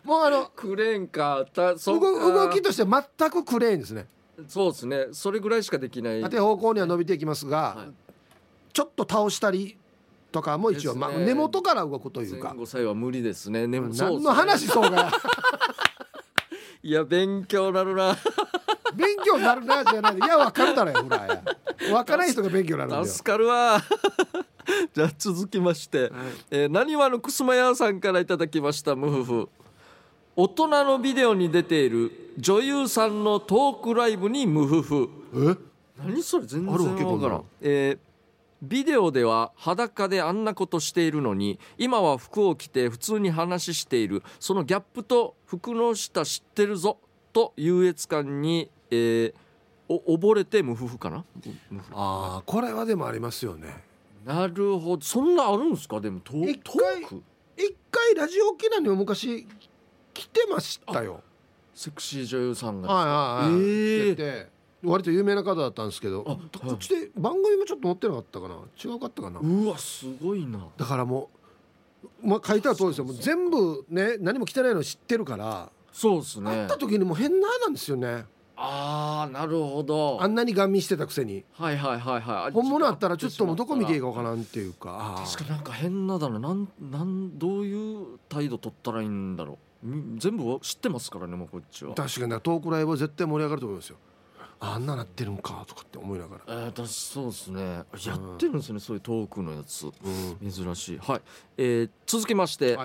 もうクレーンか動きとして全くクレーンですね。 そうですね、それぐらいしかできない。 縦方向には伸びていきますが、はい、ちょっと倒したりとかも一応、ね、根元から動くというか。 前後左右は無理ですね。 何の話そうかいや勉強なるな勉強なるなじゃない、いや分かるだろよ、ほらや分からない人が勉強なるんだよ。 助かるわじゃあ続きまして、なにわのくすまやさんからいただきました。ムフフ、大人のビデオに出ている女優さんのトークライブにムフフ。何それ、全然わからん。ビデオでは裸であんなことしているのに、今は服を着て普通に話している、そのギャップと服の下知ってるぞと優越感に、溺れてムフフかな。 あ、これはでもありますよね。 なるほど、そんなあるんですか。でもトーク一回ラジオ沖縄にも昔来てましたよ。 セクシー女優さんが、 来て割と有名な方だったんですけど、こっちで番組もちょっと載ってなかったかな、違うかったかな。 うわすごいな。 だからもう、書いてある通りですよ。もう全部ね、何も着てないの知ってるから。 そうですね、 会った時にも変なんですよね。 ああ、なるほど。 あんなにガン見してたくせに、 はいはいはいはい、 本物あったらちょっともうどこ見ていいかわからんっていうか。 確かになんか変なだな。どういう態度取ったらいいんだろう。全部知ってますからね、もうこっちは。 確かにトークライブは絶対盛り上がると思いますよ。あんななってるんかとかって思いながら。 確かそうですね、やってるんですね、そういうトークのやつ、珍しい。はい、続きまして、はい、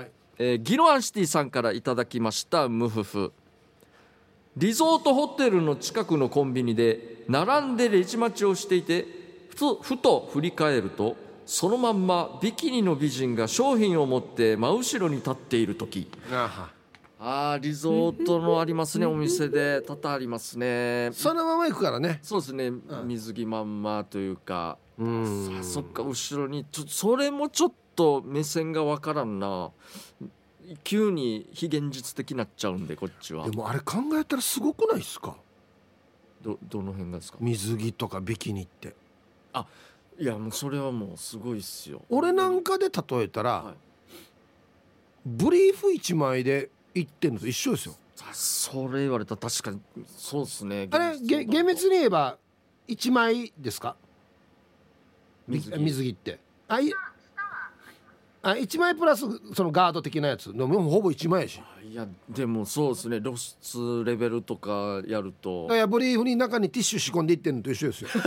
ギロアンシティさんからいただきました。ムフフ、リゾートホテルの近くのコンビニで並んでレジ待ちをしていて、ふと振り返ると、そのまんまビキニの美人が商品を持って真後ろに立っている時。リゾートのありますねお店で多々ありますね。 そのまま行くからね。 そうですね、水着まんまというか、そっか、後ろにそれもちょっと目線がわからんな。急に非現実的になっちゃうんで、こっちは。 でもあれ考えたらすごくないですか。 どの辺がですか。 水着とかビキニって。 いやもうそれはもうすごいっすよ。 俺なんかで例えたら、ブリーフ1枚で行ってるのと一緒ですよ。 それ言われたら確かにそうですね。 あれ厳密に言えば1枚ですか、水着って。1枚プラスそのガード的なやつのほぼ1枚やし。 いやでもそうですね、露出レベルとかやると、 いやブリーフに中にティッシュ仕込んでいってるのと一緒ですよ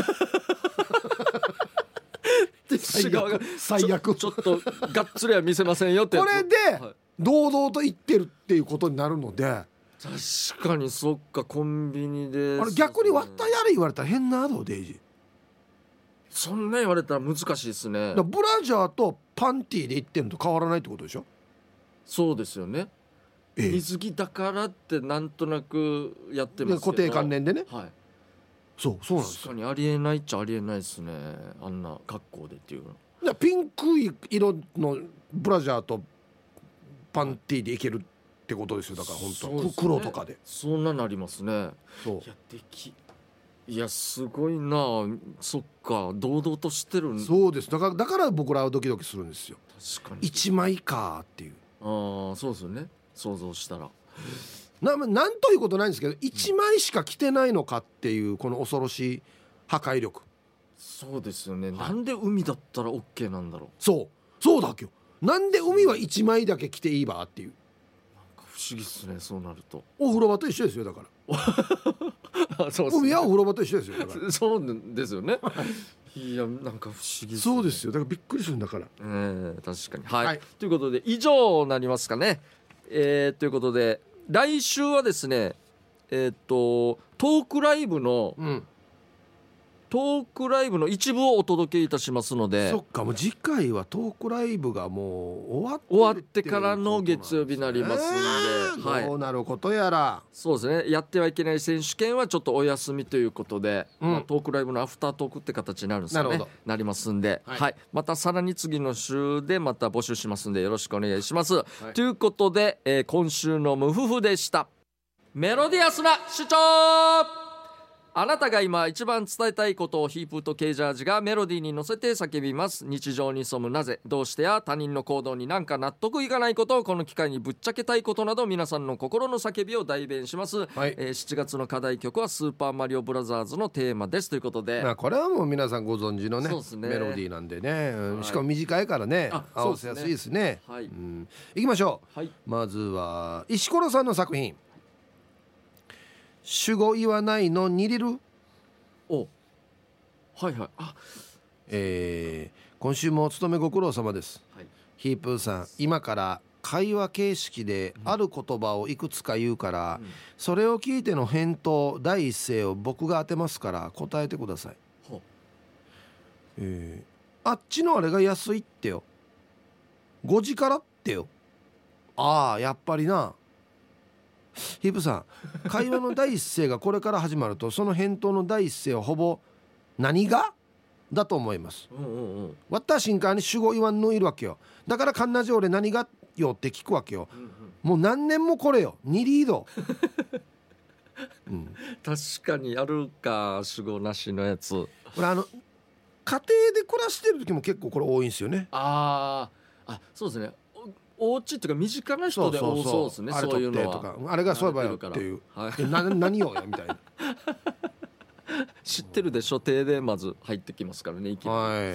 最悪ちょっとがっつりは見せませんよってこれで堂々と言ってるっていうことになるので。 確かにそっか、コンビニで。 あれ逆に割ったやれ言われたら変などうデイジー。 そんな言われたら難しいですね。 ブラジャーとパンティーで言ってるのと変わらないってことでしょ。 そうですよね、水着だからってなんとなくやってますけど、 固定観念でね、そうなんですよ。 確かにありえないっちゃありえないですね、あんな格好でっていうの。ピンク色のブラジャーとパンティーでいけるってことですよ。だから本当、ね、黒とかでそんなのありますね。いやすごいな。そっか、堂々としてる。 そうです。だから僕らはドキドキするんですよ。 確かに 1枚かっていう。 そうですよね、想像したら。 なんということないんですけど、1枚しか着てないのかっていうこの恐ろしい破壊力。 そうですよね、なんで海だったら OK なんだろう。 そうだっけよ。なんで海は1枚だけ着ていいばっていう。 なんか不思議っすね、そうなると。 お風呂場と一緒ですよ。だからそうですね、 海はお風呂場と一緒ですよ。だからそうですよねいやなんか不思議ですね。 そうですよ。だからびっくりするんだから。 確かに。はい、ということで以上になりますかね。ということで来週はですね、トークライブの、一部をお届けいたしますので。 そっか、もう次回はトークライブがもう終わってからの月曜日になりますんで、 どうなることやら。 そうですね、やってはいけない選手権はちょっとお休みということで、トークライブのアフタートークって形になるんですよね。なりますんで、またさらに次の週でまた募集しますんでよろしくお願いします、ということで、今週のムフフでした。メロディアスな主張。 あなたが今一番伝えたいことをヒープとケージャージがメロディーに乗せて叫びます。日常に潜むなぜ、どうしてや他人の行動になんか納得いかないことをこの機会にぶっちゃけたいことなど皆さんの心の叫びを代弁します、はい。7月の課題曲はスーパーマリオブラザーズのテーマですということで、 これはもう皆さんご存知の ねメロディーなんでね、はい、しかも短いからね合わせやすいですね。はい、行きましょう、はい、まずは石ころさんの作品、主語言わないのにりる。 お、はいはい。あ、 今週もお勤めご苦労様です、はい、ヒープーさん、今から会話形式である言葉をいくつか言うから、それを聞いての返答第一声を僕が当てますから答えてください。あっちのあれが安いってよ、5時からってよ。ああやっぱりな。ヒープさん、会話の第一声がこれから始まるとその返答の第一声はほぼ何がだと思います。割った瞬間に主語言わんのいるわけよ。だからかんなじ俺何がよって聞くわけよ、もう何年もこれよ2リード、 確かにあるか、主語なしのやつ。これ家庭で暮らしてる時も結構これ多いんですよね。 あ、そうですね。お家っていうか身近な人で多そうですね。 あれ取ってとか、あれがそういえばよっていう、何をやみたいな知ってるでしょ。手でまず入ってきますからね。 はい、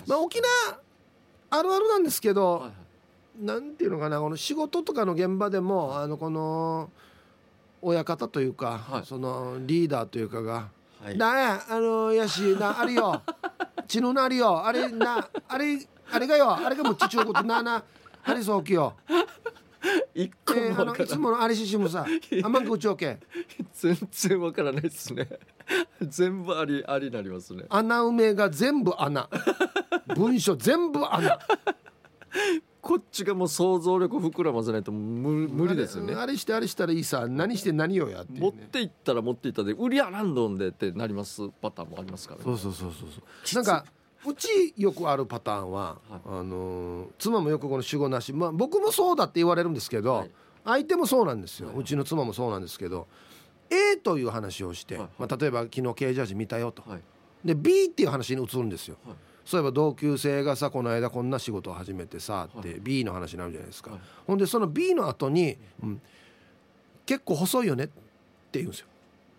沖縄あるあるなんですけど、なんていうのかな、この仕事とかの現場でもこの親方というか、そのリーダーというかが、だややしなあるよ血のなるよあれなあれがよあれがもう父のことなありそうきよ一個も分からいつものありししもさあんまんくちょけ全然わからないですね。全部ありなりますね。 穴埋めが全部穴文章全部穴こっちがもう想像力膨らませないと無理ですよね。 あれしたらいいさ、何して何をやって、ね、 持っていったら持っていったで売りゃランドンでってなりますパターンもありますからね。 そうなんかうちよくあるパターンは、妻もよくこの主語なし、僕もそうだって言われるんですけど、相手もそうなんですよ、うちの妻もそうなんですけど、 A という話をして、例えば昨日ケージャージ見たよと、で B っていう話に移るんですよ、そういえば同級生がさこの間こんな仕事を始めてさって B の話になるじゃないですか、ほんでその B の後に、結構細いよねって言うんですよ。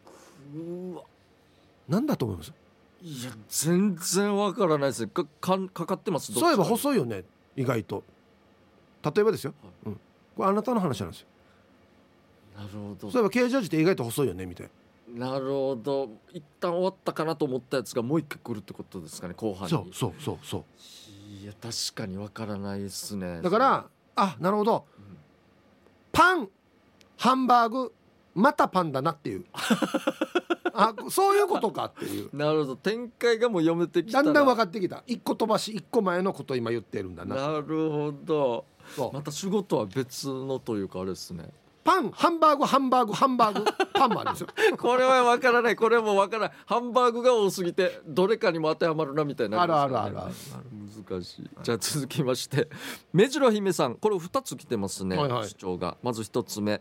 なんだと思います？ いや全然わからないです。かかってます。 そういえば細いよね意外と。例えばですよ、これあなたの話なんですよ。 なるほど。 そういえばケージャージって意外と細いよねみたいな。なるほど。一旦終わったかなと思ったやつがもう一回来るってことですかね、後半に。 そういや確かにわからないですね。 だからなるほど、パンハンバーグまたパンだなっていうそういうことかっていう。 なるほど。展開がもう読めてきた。 だんだん分かってきた。一個飛ばし一個前のことを今言ってるんだな。 なるほど。また仕事は別のというかあれですね。 パンハンバーグパンもあるんですよこれは分からない。これも分からない。ハンバーグが多すぎてどれかにも当てはまるなみたいな、ね、 ある難しい。じゃあ続きまして目白姫さん、これ2つ来てますね、主張が。まず1つ目、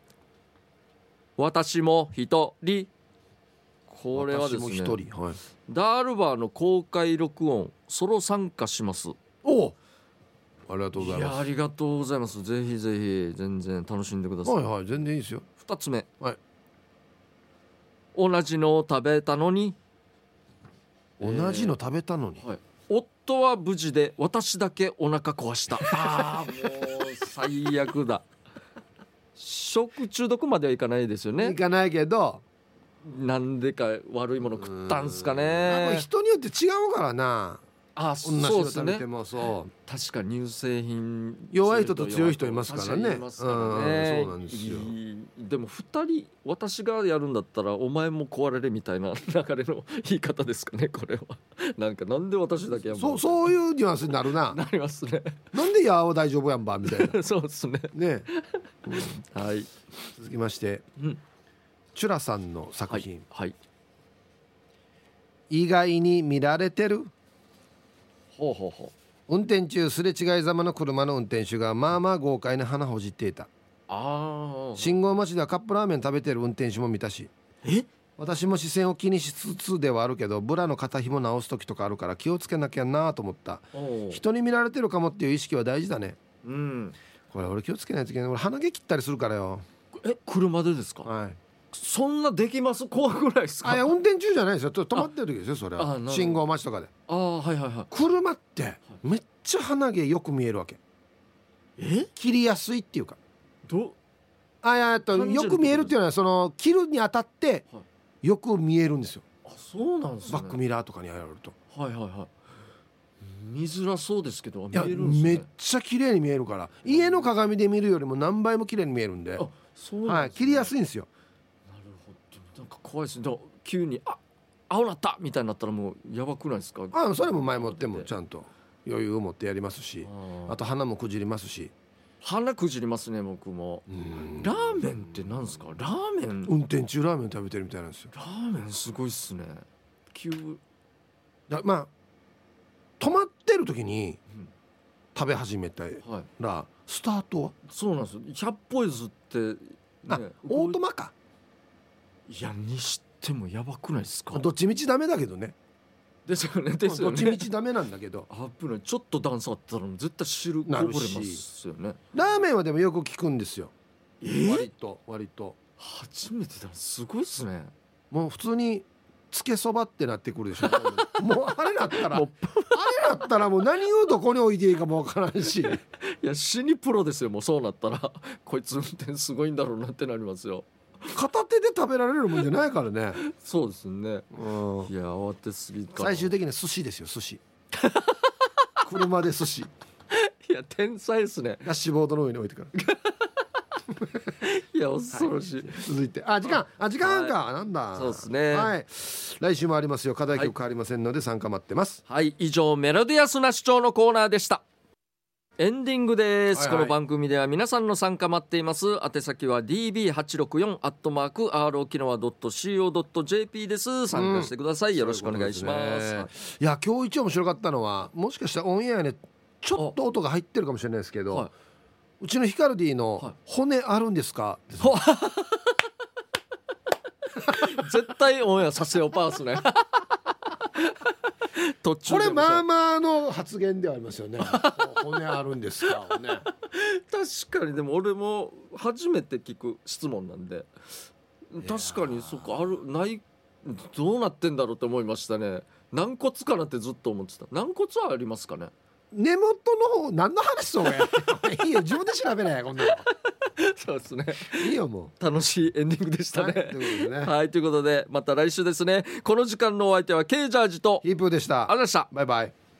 私も一人。これはですね、ダールバーの公開録音ソロ参加します。 おありがとうございます。 いやありがとうございます。ぜひぜひ全然楽しんでください。 全然いいですよ。 2つ目、同じのを食べたのに、 同じの食べたのに、 夫は無事で私だけお腹壊した。もう最悪だ。食中毒まではいかないですよね。 いかないけどなんでか悪いもの食ったんすかね。 人によって違うからな。 そうですね。 確かに乳製品弱い人と強い人いますからね。 そうなんですよ。でも2人私がやるんだったらお前も壊れるみたいな流れの言い方ですかね、これは。なんで私だけやんば、 そういうニュアンスになるな。 なりますね。 なんでやは大丈夫やんばみたいな。 そうですね。はい。 続きまして、チュラさんの作品、意外に見られてる。運転中すれ違いざまの車の運転手がまあまあ豪快な鼻ほじっていた。信号待ちではカップラーメン食べてる運転手も見たし、 私も視線を気にしつつではあるけど、ブラの肩紐直す時とかあるから気をつけなきゃなと思った。人に見られてるかもっていう意識は大事だね。 うん、 これ俺気をつけないといけない。俺鼻毛切ったりするからよ。 車でですか？ はい。 そんなできます？怖くないですか？ いや運転中じゃないですよ。止まってる時ですよそれは。信号待ちとかで。 はいはいはい。 車ってめっちゃ鼻毛よく見えるわけ。切りやすいっていうか。よく見えるっていうのはその切るにあたってよく見えるんですよ。 そうなんですね。 バックミラーとかにやられると。 はいはいはい。見づらそうですけど見えるんですね。めっちゃ綺麗に見えるから、家の鏡で見るよりも何倍も綺麗に見えるんで。 そうなんですね。 切りやすいんですよ。 なるほど。なんか怖いですね。急に青なったみたいになったらもうやばくないですか？ それも前もってもちゃんと余裕を持ってやりますし、あと鼻もくじりますし。 鼻くじりますね僕も。ラーメンってなんですか？ラーメン、 運転中ラーメン食べてるみたいなんですよ。 ラーメンすごいっすね。 まあ止まってる時に食べ始めたら、スタートはそうなんですよ。100歩譲ってね、 オートマか。 いやにしてもやばくないですか？ どっちみちダメだけどね。 ですよね。ですよね。 どっちみちダメなんだけど。 危ない。ちょっと段差あったら絶対汁こぼれますよね。 ラーメンはでもよく聞くんですよ。割と。 初めてだ。すごいっすね。 もう普通につけそばってなってくるでしょ。もうあれだったらもう何をどこに置いていいかもわからんし。 いや死にプロですよ。もうそうなったらこいつ運転すごいんだろうなってなりますよ。 片手で食べられるもんじゃないからね。 そうですね。いや慌てすぎか。 最終的には寿司ですよ。寿司。車で寿司。 いや天才ですね。 ダッシュボードの上に置いてから。 いや恐ろしい。 続いて時間か、なんだ。 そうですね。 はい。来週もありますよ。課題曲変わりませんので参加待ってます。 はい、以上メロディアスな主張のコーナーでした。エンディングです、この番組では皆さんの参加待っています。宛先は db864@rokinawa.co.jp です。参加してください、よろしくお願いします。 いや今日一面白かったのは、もしかしたらオンエアねちょっと音が入ってるかもしれないですけど、うちのヒカルディの骨あるんですか、 絶対オンエアさせようパースね。 これまあまあの発言ではありますよね。骨あるんですか、ね、 確かに。でも俺も初めて聞く質問なんで、確かにそっか、あるないどうなってんだろうって思いましたね。軟骨かなってずっと思ってた。軟骨はありますかね。 根元の方何の話そうや。いいよ自分で調べないこんなの。 そうですね。 いいよもう。楽しいエンディングでしたね。 はい、 ということでまた来週ですね。この時間のお相手はケイジャージとヒープーでした。 ありがとうございました。 バイバイ。